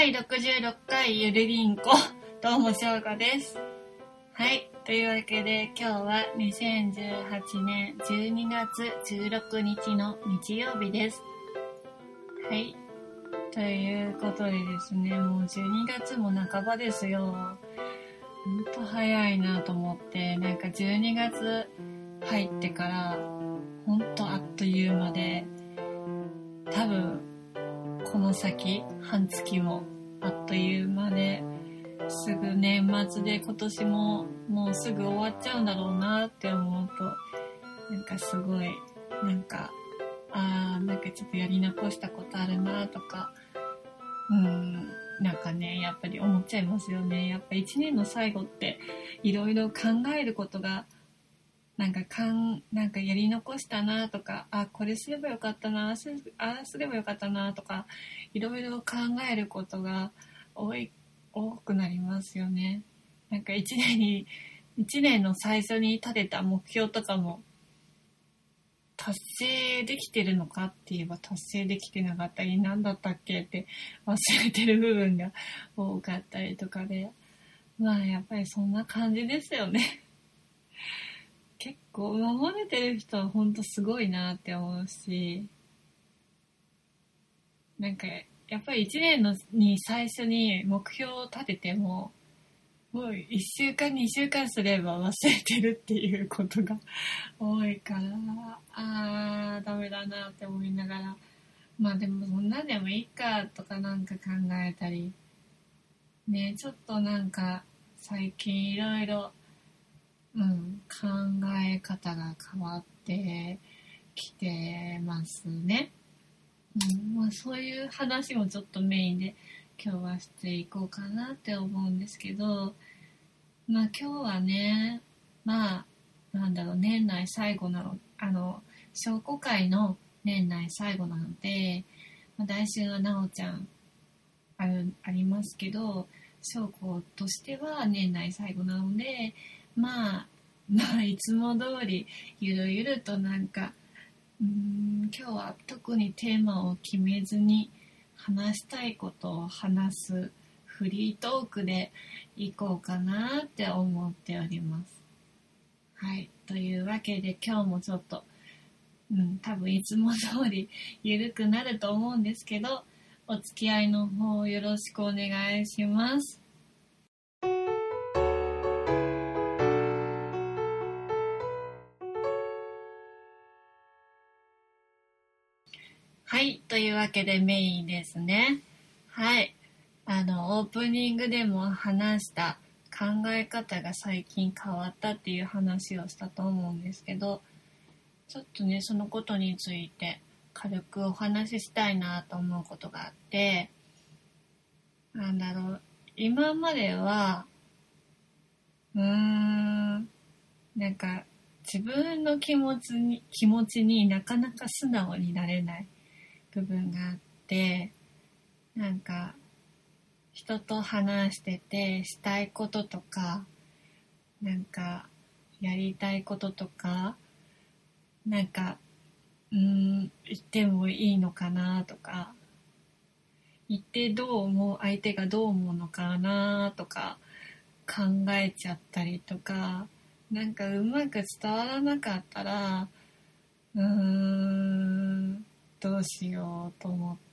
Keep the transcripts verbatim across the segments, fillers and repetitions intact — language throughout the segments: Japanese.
いろくじゅうろっかいゆるりんこ、どうもしょうがです。はい、というわけで今日はにせんじゅうはちねんじゅうにがつじゅうろくにちの日曜日です。はい、ということでですね、もうじゅうにがつも半ばですよ。ほんと早いなと思って、なんかじゅうにがつ入ってからほんとあっという間で、多分この先半月もあっという間ですぐ年末で今年ももうすぐ終わっちゃうんだろうなって思うと、なんかすごいなんかあーなんかちょっとやり残したことあるなとか、うーんなんかねやっぱり思っちゃいますよね。やっぱ一年の最後っていろいろ考えることがなんかかんなんかやり残したなとか、あこれすればよかったな、ああすればよかったなとか、いろいろ考えることが多い多くなりますよね。なんか一年に一年の最初に立てた目標とかも達成できてるのかって言えば達成できてなかったり、何だったっけって忘れてる部分が多かったりとかで、まあやっぱりそんな感じですよね。結構守れてる人は本当すごいなって思うし、なんかやっぱりいちねんのに最初に目標を立ててももういっしゅうかんにしゅうかんすれば忘れてるっていうことが多いから、あーダメだなって思いながら、まあでもそんなんでもいいかとかなんか考えたりね、ちょっとなんか最近いろいろうん、考え方が変わってきてますね。うんまあ、そういう話もちょっとメインで今日はしていこうかなって思うんですけど、まあ今日はね、まあなんだろう、年内最後なの、あの商工会の年内最後なので、まあ、来週はなおちゃんあるありますけど、商工としては年内最後なので、まあまあいつも通りゆるゆるとなんかうーん今日は特にテーマを決めずに話したいことを話すフリートークでいこうかなって思っております。はい、というわけで今日もちょっと、うん、多分いつも通りゆるくなると思うんですけど、お付き合いの方よろしくお願いします。はい、というわけでメインですね。はい、あのオープニングでも話した考え方が最近変わったっていう話をしたと思うんですけど、ちょっとねそのことについて軽くお話ししたいなと思うことがあって、なんだろう、今まではうーんなんか自分の気持ちに気持ちになかなか素直になれない部分があって、なんか人と話しててしたいこととか、なんかやりたいこととか、なんかうーん言ってもいいのかなとか、言ってどう思う、相手がどう思うのかなとか考えちゃったりとか、なんかうまく伝わらなかったらうーんどうしようと思って、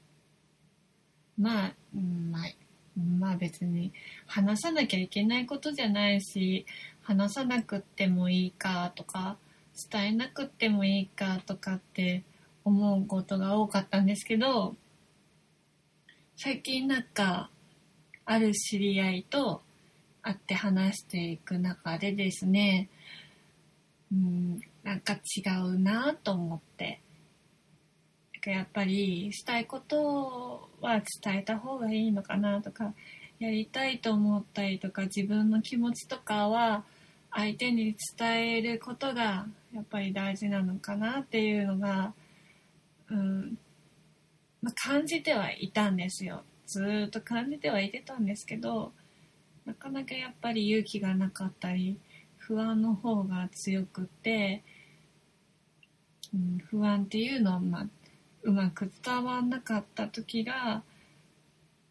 まあ、うん、まあ、まあ別に話さなきゃいけないことじゃないし、話さなくってもいいかとか、伝えなくってもいいかとかって思うことが多かったんですけど、最近なんかある知り合いと会って話していく中でですね、うん、なんか違うなと思って、やっぱりしたいことは伝えた方がいいのかなとか、やりたいと思ったりとか、自分の気持ちとかは相手に伝えることがやっぱり大事なのかなっていうのが、うんまあ、感じてはいたんですよ。ずーっと感じてはいてたんですけど、なかなかやっぱり勇気がなかったり、不安の方が強くて、うん、不安っていうのは、まあ、うまく伝わんなかった時が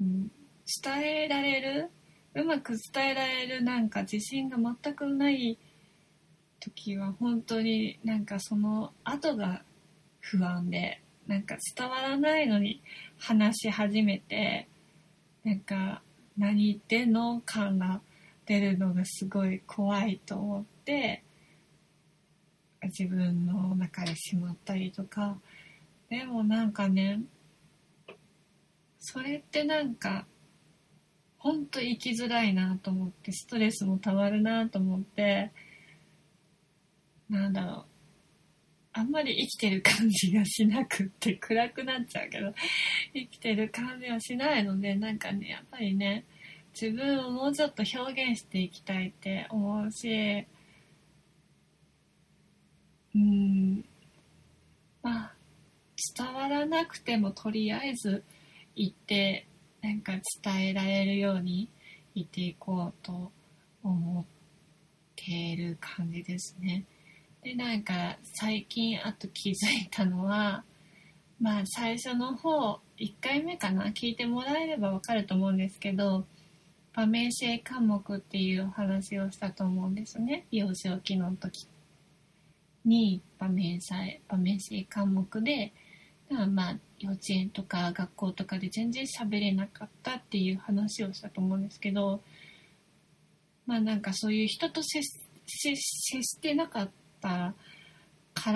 うん、伝えられるうまく伝えられるなんか自信が全くない時は本当になんかその後が不安で、なんか伝わらないのに話し始めて、なんか何言ってんの感が出るのがすごい怖いと思って自分の中でしまったりとか。でもなんかね、それってなんかほんと生きづらいなと思って、ストレスもたまるなと思って、なんだろう、あんまり生きてる感じがしなくって、暗くなっちゃうけど生きてる感じはしないので、なんかね、やっぱりね、自分をもうちょっと表現していきたいって思うし、うーんまあ伝わらなくてもとりあえず言ってなんか伝えられるように言っていこうと思っている感じですね。で、なんか最近あと気づいたのは、まあ最初の方いっかいめかな、聞いてもらえればわかると思うんですけど、場面性科目っていうお話をしたと思うんですね。幼少期の時に場面性場面性科目で、まあ幼稚園とか学校とかで全然喋れなかったっていう話をしたと思うんですけど、まあなんかそういう人と接接してなかったから、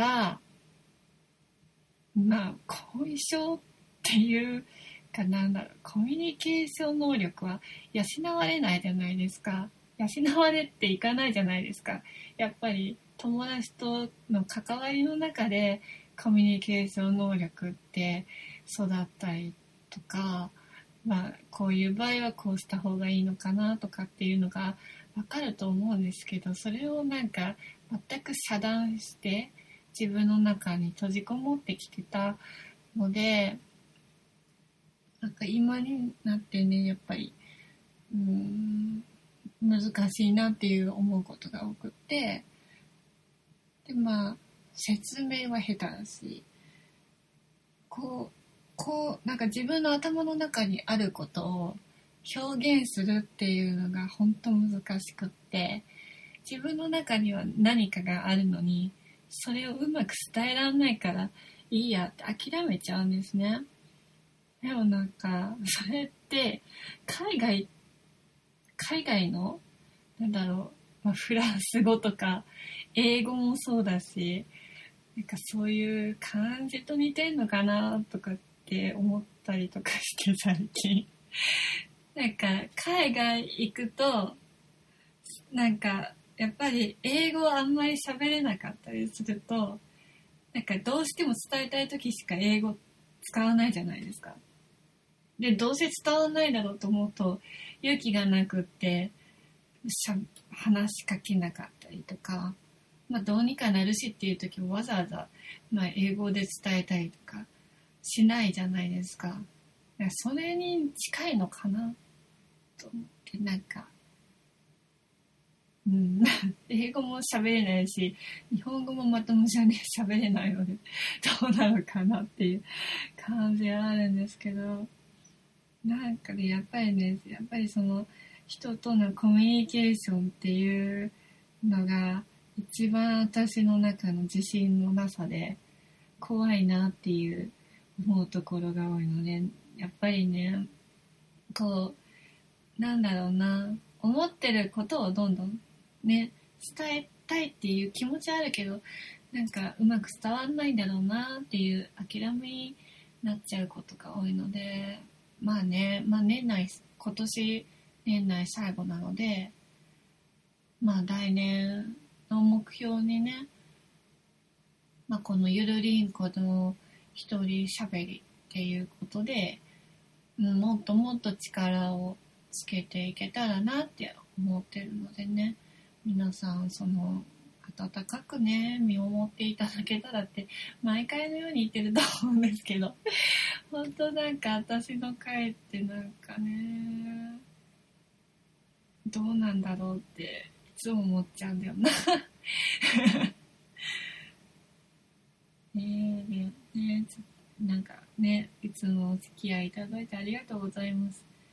まあ後遺症っていうか、なんだろう、コミュニケーション能力は養われないじゃないですか。養われていかないじゃないですか。やっぱり友達との関わりの中でコミュニケーション能力って育ったりとか、まあこういう場合はこうした方がいいのかなとかっていうのが分かると思うんですけど、それをなんか全く遮断して自分の中に閉じこもってきてたので、なんか今になってね、やっぱりうーん難しいなっていう思うことが多くって、でまあ説明は下手だし、こうこうなんか自分の頭の中にあることを表現するっていうのが本当難しくって、自分の中には何かがあるのにそれをうまく伝えられないからいいやって諦めちゃうんですね。でもなんかそれって海外海外のなんだろう、まあ、フランス語とか英語もそうだし、なんかそういう感じと似てんのかなとかって思ったりとかして最近なんか海外行くとなんかやっぱり英語あんまり喋れなかったりすると、なんかどうしても伝えたい時しか英語使わないじゃないですか。でどうせ伝わらないだろうと思うと勇気がなくってしゃ話しかけなかったりとか、まあ、どうにかなるしっていう時もわざわざ、まあ、英語で伝えたりとかしないじゃないですか。だからそれに近いのかなと思って、なんか、うん、英語も喋れないし日本語もまともじゃねえ喋れないのでどうなのかなっていう感じはあるんですけど、なんかねやっぱりねやっぱりその人とのコミュニケーションっていうのが一番私の中の自信のなさで怖いなっていう思うところが多いので、やっぱりねこうなんだろうな、思ってることをどんどんね伝えたいっていう気持ちはあるけど、なんかうまく伝わんないんだろうなっていう諦めになっちゃうことが多いので、まあね、まあ年内今年年内最後なので、まあ来年の目標にね、まあ、このゆるりんこの一人しゃべりっていうことで、うん、もっともっと力をつけていけたらなって思ってるのでね、皆さんその温かくね見守っていただけたらって毎回のように言ってると思うんですけど本当なんか私の回ってなんかねどうなんだろうっていつも思っちゃうんだよなねえねえなんかねいつもお付き合いいただいてありがとうございます。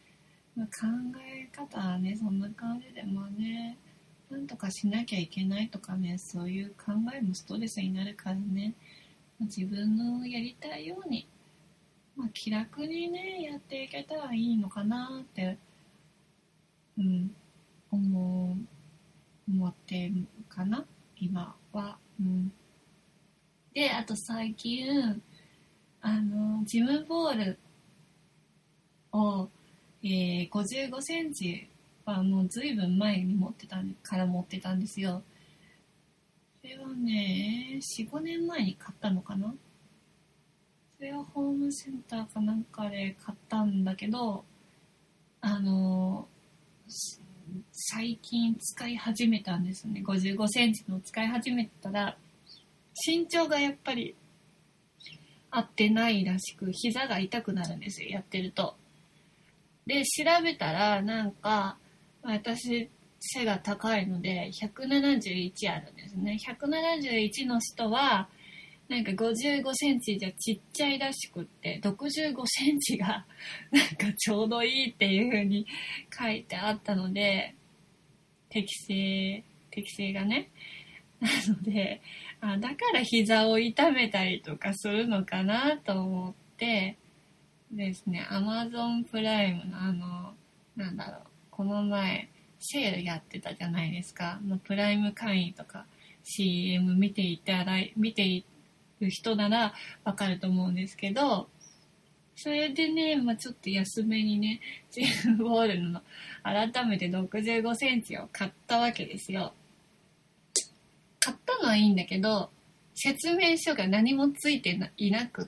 まあ、考え方はねそんな感じで、まあね、なんとかしなきゃいけないとかね、そういう考えもストレスになるからね、まあ、自分のやりたいように、まあ、気楽にねやっていけたらいいのかなって、うん、思う思ってるかな今は。うん、で、あと最近あのジムボールを、えー、ごじゅうごセンチはもうずいぶん前に持ってたから持ってたんですよ。それはね、よん、ごねんまえに買ったのかな。それはホームセンターかなんかで買ったんだけど、あの最近使い始めたんですね。ごじゅうごセンチの使い始めたら身長がやっぱり合ってないらしく、膝が痛くなるんですよ、やってると。で、調べたらなんか私背が高いのでひゃくななじゅういちあるんですね。ひゃくななじゅういちの人はなんかごじゅうごセンチじゃちっちゃいらしくって、ろくじゅうごセンチがなんかちょうどいいっていう風に書いてあったので、適正適正がね、なので、あ、だから膝を痛めたりとかするのかなと思ってですね、アマゾンプライムのあのなんだろう、この前セールやってたじゃないですか。プライム会員とか シーエム 見ていただい見ている人ならわかると思うんですけど、それでね、まあ、ちょっと安めにねジムボールの改めてろくじゅうごセンチを買ったわけですよ。買ったのはいいんだけど、説明書が何もついていなくって、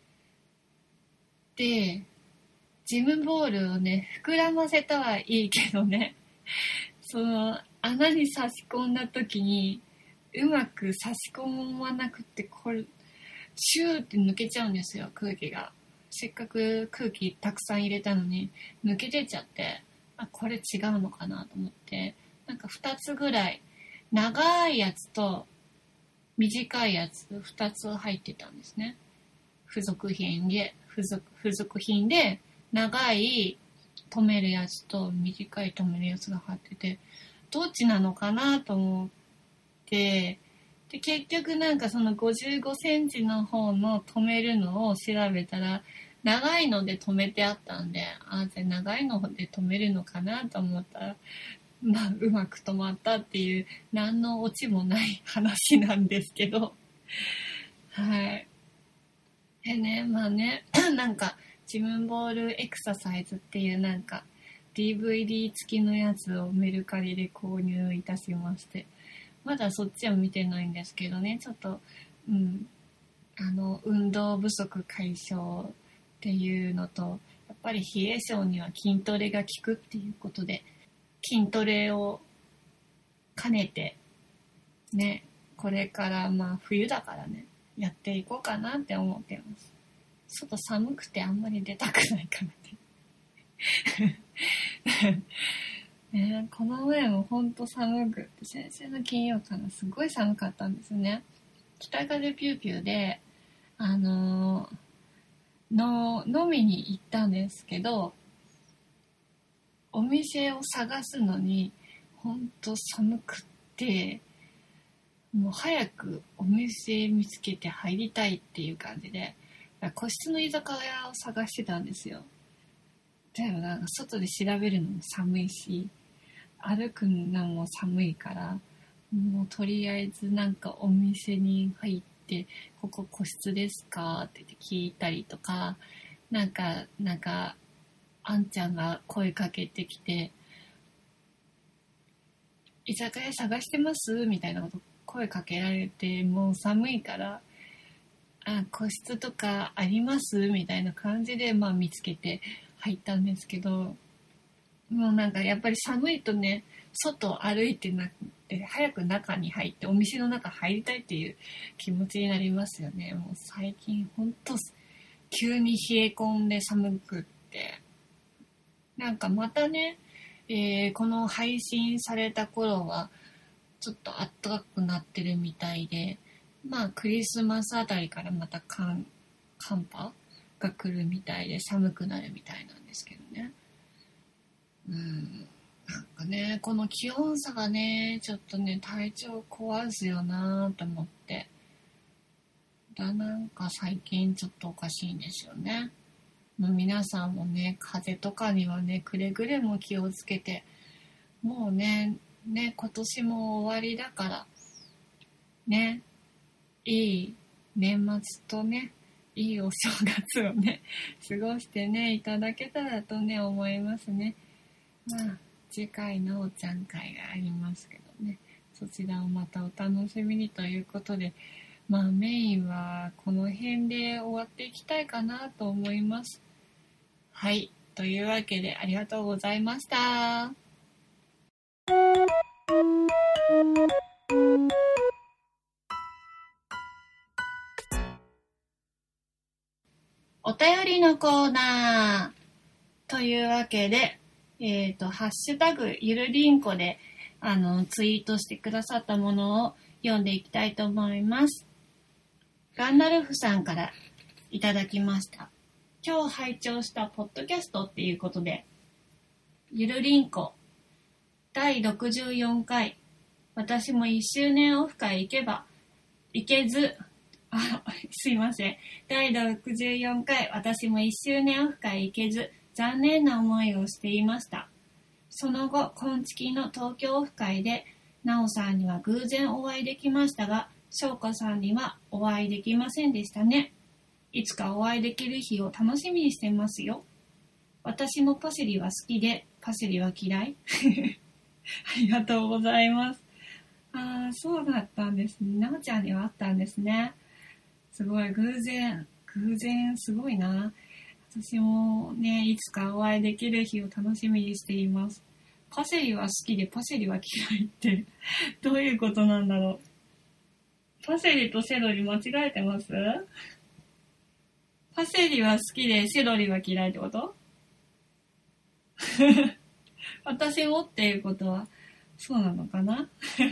でジムボールをね膨らませたはいいけどね、その穴に差し込んだ時にうまく差し込まなくて、これシューって抜けちゃうんですよ、空気が。せっかく空気たくさん入れたのに抜け出ちゃって、あ、これ違うのかなと思って、なんかふたつぐらい長いやつと短いやつふたつ入ってたんですね。付属品で付属付属品で長い止めるやつと短い止めるやつが入ってて、どっちなのかなと思って、で結局なんかそのごじゅうごセンチの方の止めるのを調べたら長いので止めてあったんで、あ、じゃあ長いので止めるのかなと思ったら、まあうまく止まったっていう何のオチもない話なんですけど、はい。でね、まあね、なんかジムボールエクササイズっていうなんか ディーブイディー 付きのやつをメルカリで購入いたしまして、まだそっちは見てないんですけどね、ちょっと、うん、あの運動不足解消っていうのと、やっぱり冷え性には筋トレが効くっていうことで、筋トレを兼ねてね、これからまあ冬だからね、やっていこうかなって思ってます。外寒くてあんまり出たくないからね。ね、この前もほんと寒くって、先々の金曜からすごい寒かったんですね。北風ピューピューで、あのー、の飲みに行ったんですけど、お店を探すのにほんと寒くって、もう早くお店見つけて入りたいっていう感じで、個室の居酒屋を探してたんですよ。でもなんか外で調べるのも寒いし、歩くのも寒いから、もうとりあえずなんかお店に入って、ここ個室ですかって言って聞いたりとか、なんかなんかあんちゃんが声かけてきて、居酒屋探してますみたいなこと声かけられて、もう寒いから、あ、個室とかありますみたいな感じで、まあ見つけて入ったんですけど、もうなんかやっぱり寒いとね、外歩いてなくて早く中に入ってお店の中入りたいっていう気持ちになりますよね。もう最近ほんと急に冷え込んで寒くって、なんかまたね、えー、この配信された頃はちょっと暖かくなってるみたいで、まあクリスマスあたりからまた寒寒波が来るみたいで寒くなるみたいなんですけどね。 うん、なんかね、この気温差がね、ちょっとね、体調壊すよなと思って。だなんか最近ちょっとおかしいんですよね。もう皆さんもね、風邪とかにはね、くれぐれも気をつけて、もうね、ね、今年も終わりだから、ね、いい年末とね、いいお正月をね、過ごしてね、いただけたらとね、思いますね。まあ、次回のおちゃん会がありますけどね、そちらをまたお楽しみにということで、まあメインはこの辺で終わっていきたいかなと思います。はい。というわけでありがとうございました。お便りのコーナーというわけで、えっと、ハッシュタグゆるりんこであのツイートしてくださったものを読んでいきたいと思います。ガンダルフさんからいただきました。今日拝聴したポッドキャストっていうことで、ゆるりんこだいろくじゅうよんかい、私もいっしゅうねんオフ会行けば行けず、あ、すいません。だいろくじゅうよんかい、私もいっしゅうねんオフ会行けず、残念な思いをしていました。その後、今月の東京オフ会で、なおさんには偶然お会いできましたが、しょうかさんにはお会いできませんでしたね。いつかお会いできる日を楽しみにしてますよ。私もパセリは好きで、パセリは嫌いありがとうございます。ああ、そうだったんですね。なおちゃんにはあったんですね。すごい偶然、偶然すごいな。私もね、いつかお会いできる日を楽しみにしています。パセリは好きでパセリは嫌いってどういうことなんだろう。パセリとセロリ間違えてます？パセリは好きでセロリは嫌いってこと私もっていうことはそうなのかな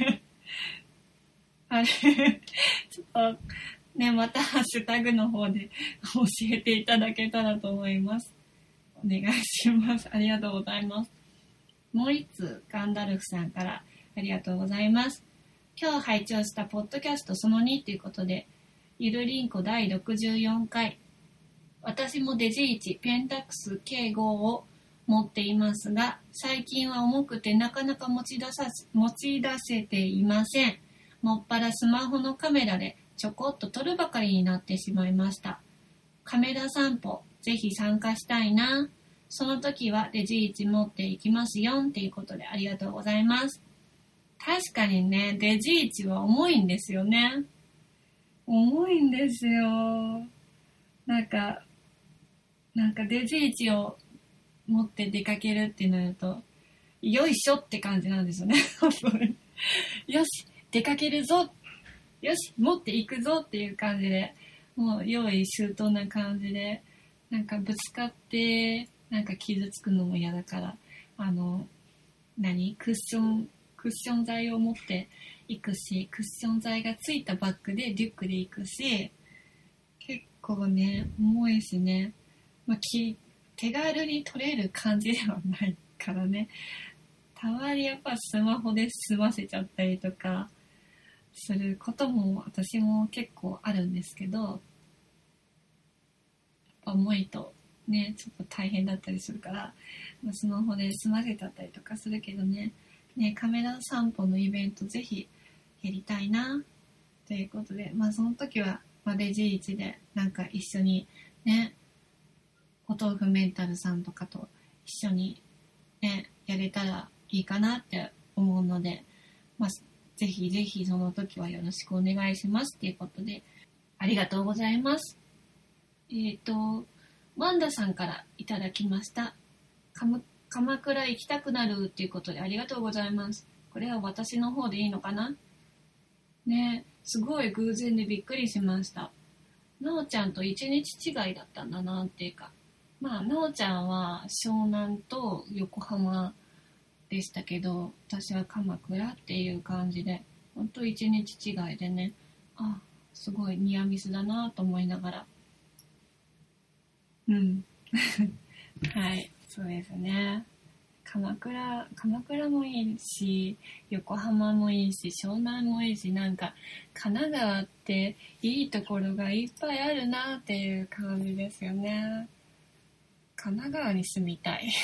あれちょっとね、またハッシュタグの方で教えていただけたらと思います。お願いします。ありがとうございます。もう一つガンダルフさんからありがとうございます。今日拝聴したポッドキャストそのにということで、ゆるりんこだいろくじゅうよんかい、私もデジいちペンタックス ケーご を持っていますが、最近は重くてなかなか持ち出さ持ち出せていません。もっぱらスマホのカメラでちょこっと撮るばかりになってしまいました。カメラ散歩、ぜひ参加したいな。その時はデジいち持っていきますよっていうことでありがとうございます。確かにね、デジいちは重いんですよね。重いんですよ。なんか、なんかデジいちを持って出かけるってなると、よいしょって感じなんですよね。よし、出かけるぞ。よし、持っていくぞっていう感じで、もう用意周到な感じで、なんかぶつかって、なんか傷つくのも嫌だから、あの、何クッション、クッション材を持っていくし、クッション材がついたバッグでリュックで行くし、結構ね、重いしね、まあ、き手軽に取れる感じではないからね、たまにやっぱスマホで済ませちゃったりとかすることも私も結構あるんですけど、やっぱ重いとね、ちょっと大変だったりするから、まあ、スマホで済ませちゃったりとかするけどね、ね、カメラ散歩のイベントぜひやりたいなということで、まあその時は、まあ、デジいちでなんか一緒にね、お豆腐メンタルさんとかと一緒にね、やれたらいいかなって思うので、まあ、ぜひぜひその時はよろしくお願いしますっていうことで、ありがとうございます。えっと、ワンダさんからいただきました。かむ鎌倉行きたくなるっていうことでありがとうございます。これは私の方でいいのかなね、すごい偶然でびっくりしました。なおちゃんと一日違いだったんだなっていうか、まあなおちゃんは湘南と横浜でしたけど、私は鎌倉っていう感じで、ほんと一日違いでね、あ、すごいニアミスだなと思いながら、うんはい、そうですね。 鎌倉、鎌倉もいいし、横浜もいいし、湘南もいいし、なんか神奈川っていいところがいっぱいあるなっていう感じですよね。神奈川に住みたい。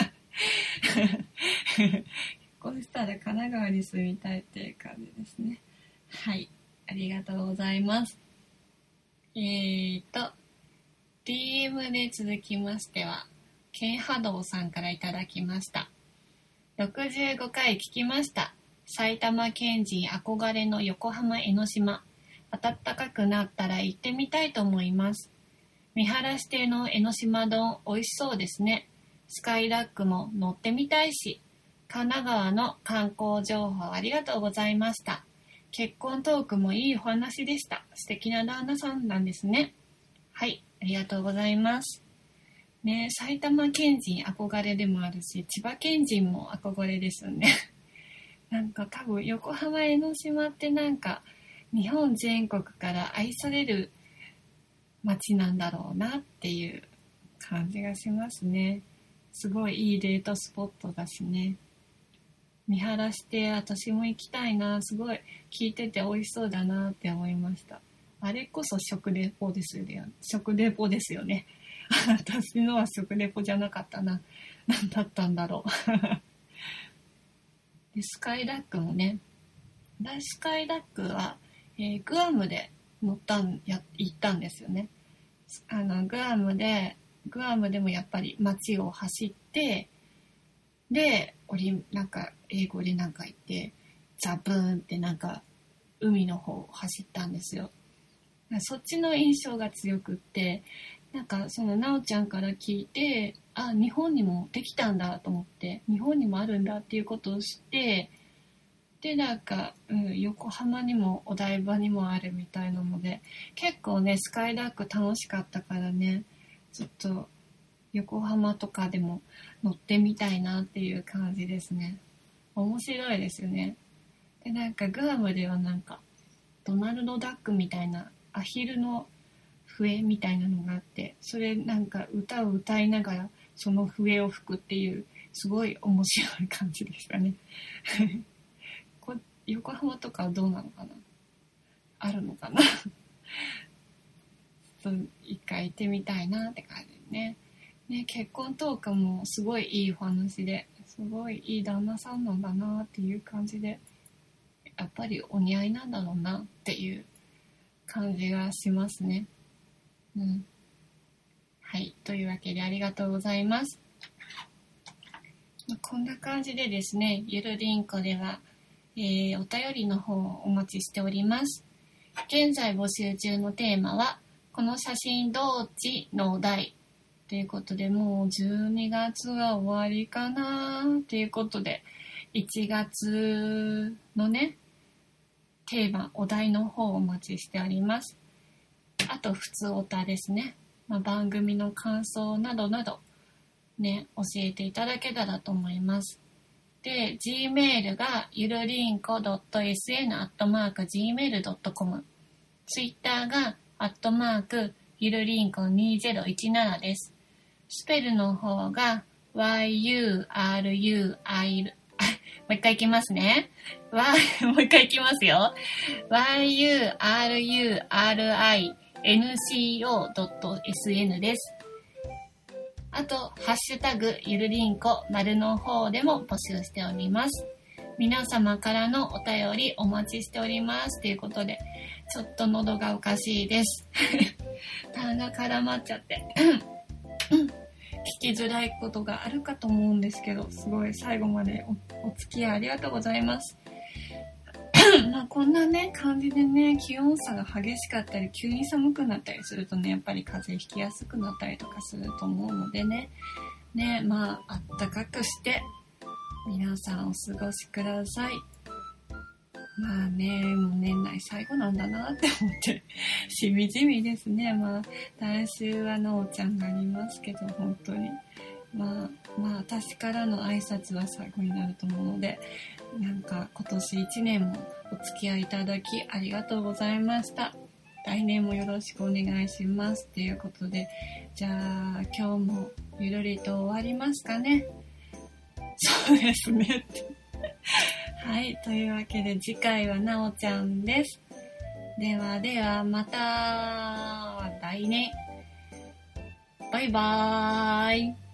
結婚したら神奈川に住みたいっていう感じですね。はい、ありがとうございます。えーと、ディーエム で続きましては、ケンハドウさんからいただきました。ろくじゅうごかい聞きました。埼玉県人憧れの横浜江ノ島。暖かくなったら行ってみたいと思います。見晴らし亭の江ノ島丼美味しそうですね。スカイラックも乗ってみたいし。神奈川の観光情報ありがとうございました。結婚トークもいいお話でした。素敵な旦那さんなんですね。はい、ありがとうございます。ね、埼玉県人憧れでもあるし、千葉県人も憧れですよね。なんか多分横浜江ノ島ってなんか日本全国から愛される街なんだろうなっていう感じがしますね。すごいいいデートスポットだしね。見晴らして私も行きたいな、すごい聞いてて美味しそうだなって思いました。あれこそ食レポですよね。食レポですよね。私のは食レポじゃなかったな。何だったんだろう。でスカイダックもね、スカイダックは、えー、グアムで乗ったんや行ったんですよね。あのグアムでグアムでもやっぱり街を走って、でなんか英語でなんか言ってザブーンってなんか海の方を走ったんですよ。そっちの印象が強くって、なんかそのなおちゃんから聞いて、あ、日本にもできたんだと思って、日本にもあるんだっていうことを知って、でなんか、うん、横浜にもお台場にもあるみたいなので、結構ねスカイダック楽しかったからね、ちょっと横浜とかでも乗ってみたいなっていう感じですね。面白いですよね。でなんかグアムではなんかドナルドダックみたいなアヒルの笛みたいなのがあって、それなんか歌を歌いながらその笛を吹くっていうすごい面白い感じでしたね。こ横浜とかはどうなのかな、あるのかな。一回行ってみたいなって感じね。ね、結婚とかもすごいいいお話で、すごいいい旦那さんなんだなっていう感じで、やっぱりお似合いなんだろうなっていう感じがしますね。うん。はい。というわけでありがとうございます。こんな感じでですね、ゆるりんこでは、えー、お便りの方をお待ちしております。現在募集中のテーマは、この写真どっちのお題ということで、もうじゅうにがつは終わりかなということで、いちがつのね、テーマ、お題の方をお待ちしております。あと、普通おたですね。まあ、番組の感想などなど、ね、教えていただけたらと思います。で、Gmail がゆるりんこ .sn アットマーク ジーメールドットコム、Twitter がアットマークゆるりんこにせんじゅうななです。スペルの方が ワイユーアールユーアイエル、あ、もう一回いきますね。y もう一回いきますよ。ワイユーアールユーアールアイエヌシーオードットエスエヌ です。あと、ハッシュタグゆるりんこ丸の方でも募集しております。皆様からのお便りお待ちしておりますということで、ちょっと喉がおかしいです。痰が絡まっちゃって。聞きづらいことがあるかと思うんですけど、すごい最後まで お, お付き合いありがとうございます。まあこんなね感じでね、気温差が激しかったり急に寒くなったりするとね、やっぱり風邪ひきやすくなったりとかすると思うのでね、ね、まああったかくして皆さんお過ごしください。まあね、もう年内最後なんだなって思ってしみじみですね。まあ来週はのおちゃんがありますけど、本当にまあまあ私からの挨拶は最後になると思うので、なんか今年一年もお付き合いいただきありがとうございました。来年もよろしくお願いしますということで、じゃあ今日もゆるりと終わりますかね。 ですね。はい、というわけで次回はなおちゃんです。ではではまた来年。バイバーイ。